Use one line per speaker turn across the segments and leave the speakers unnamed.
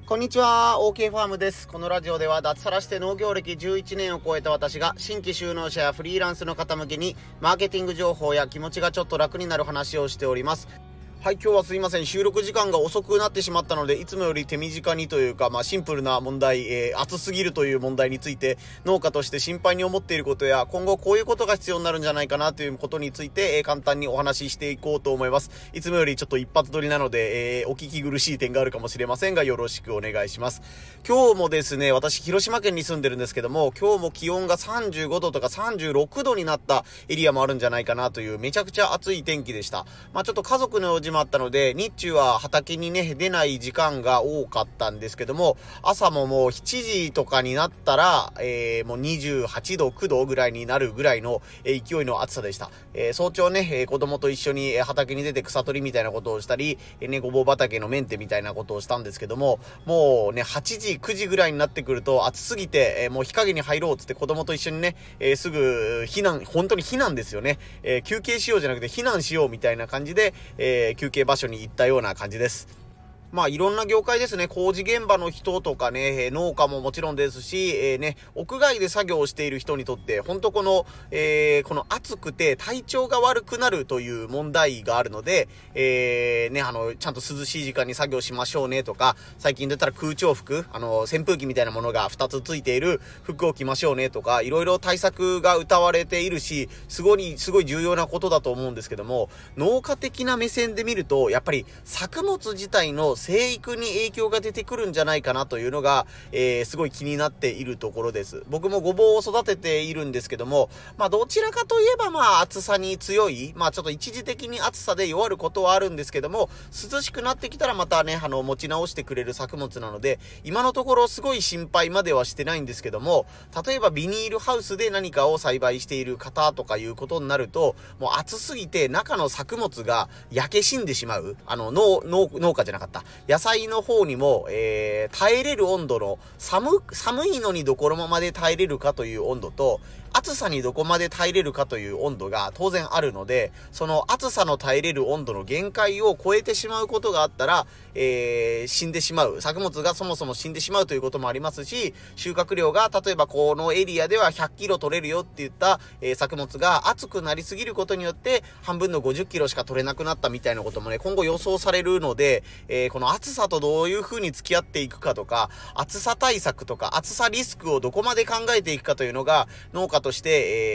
こんにちは、OK ファームです。このラジオでは脱サラして農業歴11年を超えた私が新規就農者やフリーランスの方向けにマーケティング情報や気持ちがちょっと楽になる話をしております。はい、今日はすいません。収録時間が遅くなってしまったので、いつもより手短にというか、シンプルな問題、暑すぎるという問題について、農家として心配に思っていることや、今後こういうことが必要になるんじゃないかなということについて、簡単にお話ししていこうと思います。いつもよりちょっと一発撮りなので、お聞き苦しい点があるかもしれませんが、よろしくお願いします。今日もですね、私、広島県に住んでるんですけども、今日も気温が35度とか36度になったエリアもあるんじゃないかなという、めちゃくちゃ暑い天気でした。ちょっと家族の用事もあったので、日中は畑にね、出ない時間が多かったんですけども、朝ももう7時とかになったら、もう28度、9度ぐらいになるぐらいの、勢いの暑さでした。早朝ね、子供と一緒に畑に出て草取りみたいなことをしたり、ごぼう畑のメンテみたいなことをしたんですけども、もうね、8時、9時ぐらいになってくると暑すぎて、もう日陰に入ろうっつって子供と一緒にね、すぐ避難、本当に避難ですよね。休憩しようじゃなくて避難しようみたいな感じで、休憩場所に行ったような感じです。いろんな業界ですね。工事現場の人とかね、農家ももちろんですし、屋外で作業をしている人にとって、本当この暑くて体調が悪くなるという問題があるので、ちゃんと涼しい時間に作業しましょうねとか、最近出たら空調服、扇風機みたいなものが2つついている服を着ましょうねとか、いろいろ対策が謳われているし、すごい重要なことだと思うんですけども、農家的な目線で見ると、やっぱり作物自体の生育に影響が出てくるんじゃないかなというのが、すごい気になっているところです。僕もごぼうを育てているんですけども、どちらかといえば暑さに強い、ちょっと一時的に暑さで弱ることはあるんですけども、涼しくなってきたらまたね、持ち直してくれる作物なので、今のところすごい心配まではしてないんですけども、例えばビニールハウスで何かを栽培している方とかいうことになると、もう暑すぎて中の作物が焼け死んでしまう。農家じゃなかった。野菜の方にも、耐えれる温度の寒いのにどこのままで耐えれるかという温度と、暑さにどこまで耐えれるかという温度が当然あるので、その暑さの耐えれる温度の限界を超えてしまうことがあったら、死んでしまう。作物がそもそも死んでしまうということもありますし、収穫量が例えばこのエリアでは100キロ取れるよって言った、作物が暑くなりすぎることによって半分の50キロしか取れなくなったみたいなこともね、今後予想されるので、この暑さとどういう風に付き合っていくかとか、暑さ対策とか暑さリスクをどこまで考えていくかというのが農家として、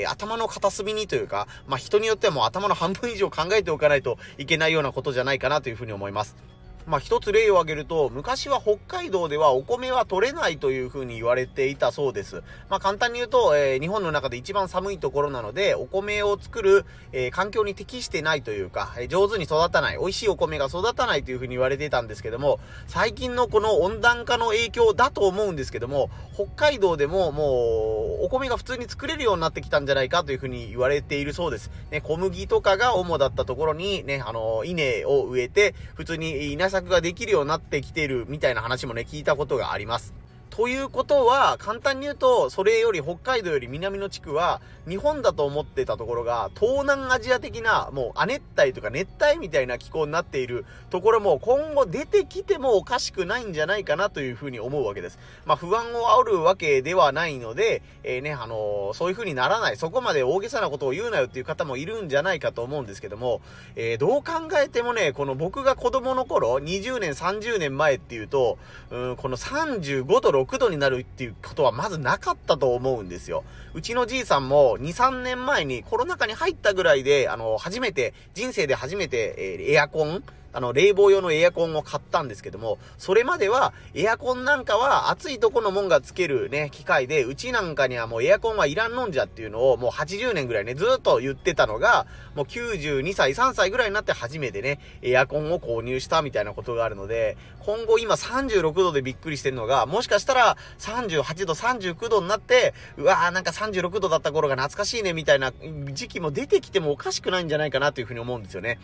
頭の片隅にというか、人によってはもう頭の半分以上考えておかないといけないようなことじゃないかなというふうに思います。一つ例を挙げると、昔は北海道ではお米は取れないという風に言われていたそうです。簡単に言うと、日本の中で一番寒いところなので、お米を作る、環境に適してないというか、上手に育たない、美味しいお米が育たないという風に言われていたんですけども、最近のこの温暖化の影響だと思うんですけども、北海道でももうお米が普通に作れるようになってきたんじゃないかという風に言われているそうです。ね、小麦とかが主だったところにね、稲を植えて、普通に稲作ができるようになってきているみたいな話もね、聞いたことがあります。ということは、簡単に言うと、それより北海道より南の地区は、日本だと思ってたところが、東南アジア的な、もう亜熱帯とか熱帯みたいな気候になっているところも、今後出てきてもおかしくないんじゃないかなというふうに思うわけです。不安を煽るわけではないので、そういうふうにならない、そこまで大げさなことを言うなよっていう方もいるんじゃないかと思うんですけども、どう考えてもね、この僕が子供の頃、20年、30年前っていうと、この35度、6度になるっていうことはまずなかったと思うんですよ。うちのじいさんも2、3年前にコロナ禍に入ったぐらいで、人生で初めて、エアコン、冷房用のエアコンを買ったんですけども、それまではエアコンなんかは暑いとこのもんがつけるね、機械で、うちなんかにはもうエアコンはいらんのんじゃっていうのをもう80年ぐらいね、ずっと言ってたのが、もう92歳、3歳ぐらいになって初めてね、エアコンを購入したみたいなことがあるので、今後今36度でびっくりしてるのが、もしかしたら38度、39度になって、なんか36度だった頃が懐かしいねみたいな時期も出てきてもおかしくないんじゃないかなというふうに思うんですよね。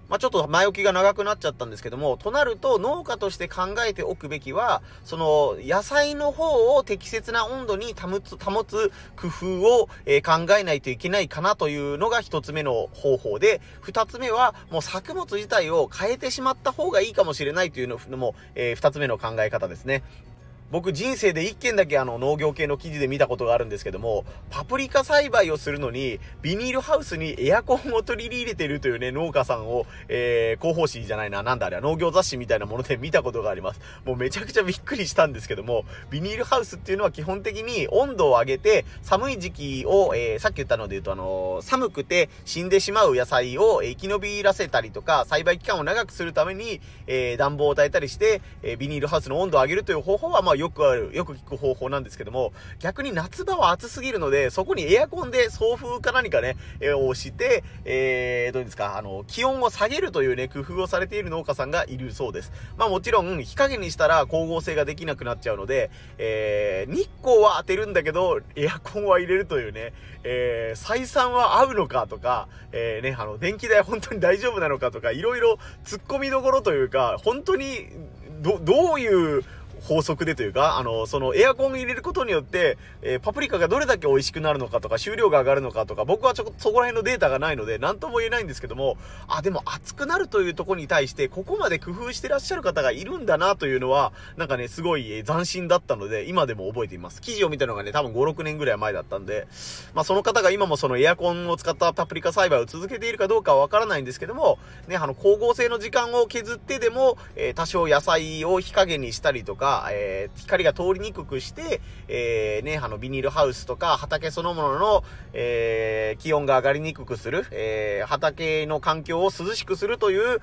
ちょっと前置きが長くなっちゃったんですけども、となると農家として考えておくべきは、その野菜の方を適切な温度に保つ工夫を、考えないといけないかなというのが一つ目の方法で、二つ目はもう作物自体を変えてしまった方がいいかもしれないというのも、二つ目の考え方ですね。僕人生で一件だけ農業系の記事で見たことがあるんですけども、パプリカ栽培をするのにビニールハウスにエアコンを取り入れてるというね、農家さんを、広報誌じゃないな、なんだあれは農業雑誌みたいなもので見たことがあります。もうめちゃくちゃびっくりしたんですけども、ビニールハウスっていうのは基本的に温度を上げて寒い時期を、さっき言ったので言うと寒くて死んでしまう野菜を生き延びらせたりとか、栽培期間を長くするために、暖房を与えたりして、ビニールハウスの温度を上げるという方法はよく聞く方法なんですけども、逆に夏場は暑すぎるので、そこにエアコンで送風か何かね、をして、どうですか、気温を下げるというね、工夫をされている農家さんがいるそうです。もちろん、日陰にしたら光合成ができなくなっちゃうので、日光は当てるんだけど、エアコンは入れるというね、採算は合うのかとか、電気代本当に大丈夫なのかとか、いろいろ突っ込みどころというか、本当に、どういう、法則でというか、そのエアコンを入れることによって、パプリカがどれだけ美味しくなるのかとか、収量が上がるのかとか、僕はそこら辺のデータがないので、なんとも言えないんですけども、でも暑くなるというところに対して、ここまで工夫してらっしゃる方がいるんだなというのは、なんかね、すごい斬新だったので、今でも覚えています。記事を見たのがね、多分5、6年ぐらい前だったんで、その方が今もそのエアコンを使ったパプリカ栽培を続けているかどうかはわからないんですけども、ね、光合成の時間を削ってでも、多少野菜を日陰にしたりとか、光が通りにくくして、ビニールハウスとか畑そのものの、気温が上がりにくくする、畑の環境を涼しくするという、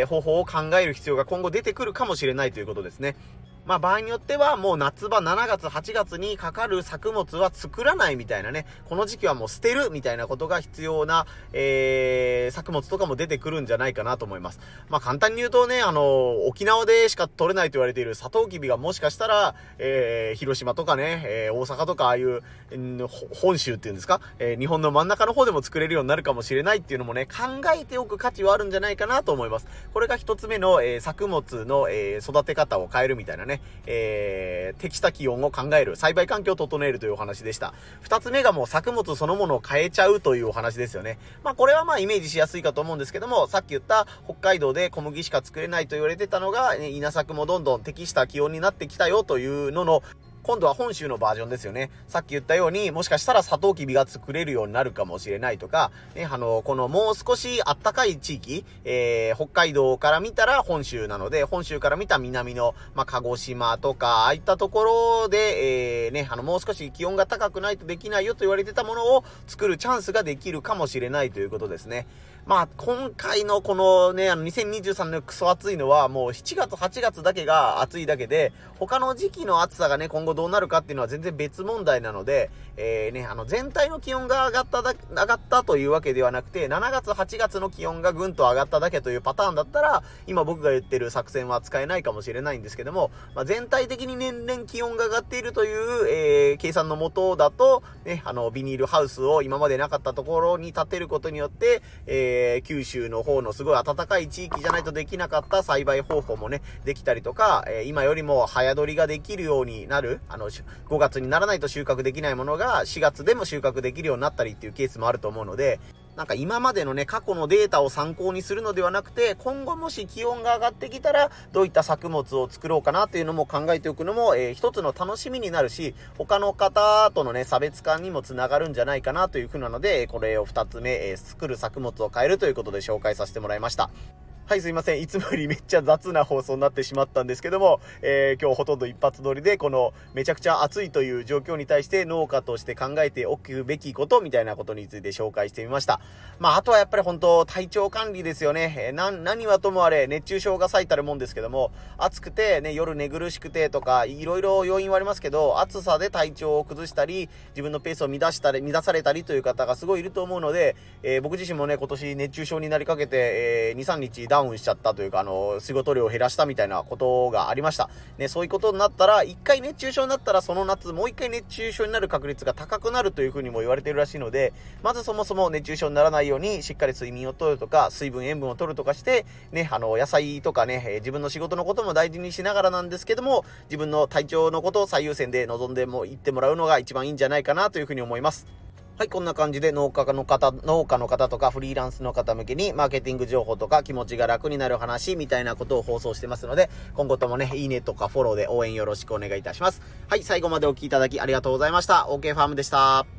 方法を考える必要が今後出てくるかもしれないということですね。場合によってはもう夏場7月8月にかかる作物は作らないみたいなね、この時期はもう捨てるみたいなことが必要な、作物とかも出てくるんじゃないかなと思います。簡単に言うとね、沖縄でしか取れないと言われているサトウキビがもしかしたら、広島とかね、大阪とかああいう、本州っていうんですか、日本の真ん中の方でも作れるようになるかもしれないっていうのもね、考えておく価値はあるんじゃないかなと思います。これが一つ目の、作物の、育て方を変えるみたいなね、適した気温を考える、栽培環境を整えるというお話でした。二つ目がもう作物そのものを変えちゃうというお話ですよね。これはイメージしやすいかと思うんですけども、さっき言った北海道で小麦しか作れないと言われてたのが、稲作もどんどん適した気温になってきたよというのの、今度は本州のバージョンですよね。さっき言ったように、もしかしたらサトウキビが作れるようになるかもしれないとか、ね、このもう少し暖かい地域、北海道から見たら本州なので、本州から見た南の、鹿児島とか、ああいったところで、もう少し気温が高くないとできないよと言われてたものを作るチャンスができるかもしれないということですね。今回のこのね、2023年クソ暑いのはもう7月8月だけが暑いだけで、他の時期の暑さがね、今後どうなるかっていうのは全然別問題なので、全体の気温が上がったというわけではなくて、7月8月の気温がぐんと上がっただけというパターンだったら、今僕が言ってる作戦は使えないかもしれないんですけども、全体的に年々気温が上がっているという、計算のもとだと、ね、ビニールハウスを今までなかったところに建てることによって、九州の方のすごい暖かい地域じゃないとできなかった栽培方法もね、できたりとか、今よりも早取りができるようになる、5月にならないと収穫できないものが4月でも収穫できるようになったりっていうケースもあると思うので、なんか今までのね、過去のデータを参考にするのではなくて、今後もし気温が上がってきたら、どういった作物を作ろうかなっていうのも考えておくのも、一つの楽しみになるし、他の方とのね、差別化にもつながるんじゃないかなというふうなので、これを2つ目、作る作物を変えるということで紹介させてもらいました。はい、すいません。いつもよりめっちゃ雑な放送になってしまったんですけども、今日ほとんど一発撮りで、このめちゃくちゃ暑いという状況に対して農家として考えておくべきことみたいなことについて紹介してみました。あとはやっぱり本当体調管理ですよね。何はともあれ熱中症が最たるもんですけども、暑くてね、夜寝苦しくてとか、いろいろ要因はありますけど、暑さで体調を崩したり、自分のペースを乱されたりという方がすごいいると思うので、僕自身もね、今年熱中症になりかけて、2、3日ダダウンしちゃったというか、仕事量を減らしたみたいなことがありました。ね、そういうことになったら、一回熱中症になったらその夏、もう一回熱中症になる確率が高くなるというふうにも言われているらしいので、まずそもそも熱中症にならないように、しっかり睡眠をとるとか、水分、塩分をとるとかして、ね、野菜とかね、自分の仕事のことも大事にしながらなんですけども、自分の体調のことを最優先で望んでも言ってもらうのが一番いいんじゃないかなというふうに思います。はい、こんな感じで農家の方とかフリーランスの方向けにマーケティング情報とか気持ちが楽になる話みたいなことを放送してますので、今後ともね、いいねとかフォローで応援よろしくお願いいたします。はい、最後までお聞きいただきありがとうございました。OK ファームでした。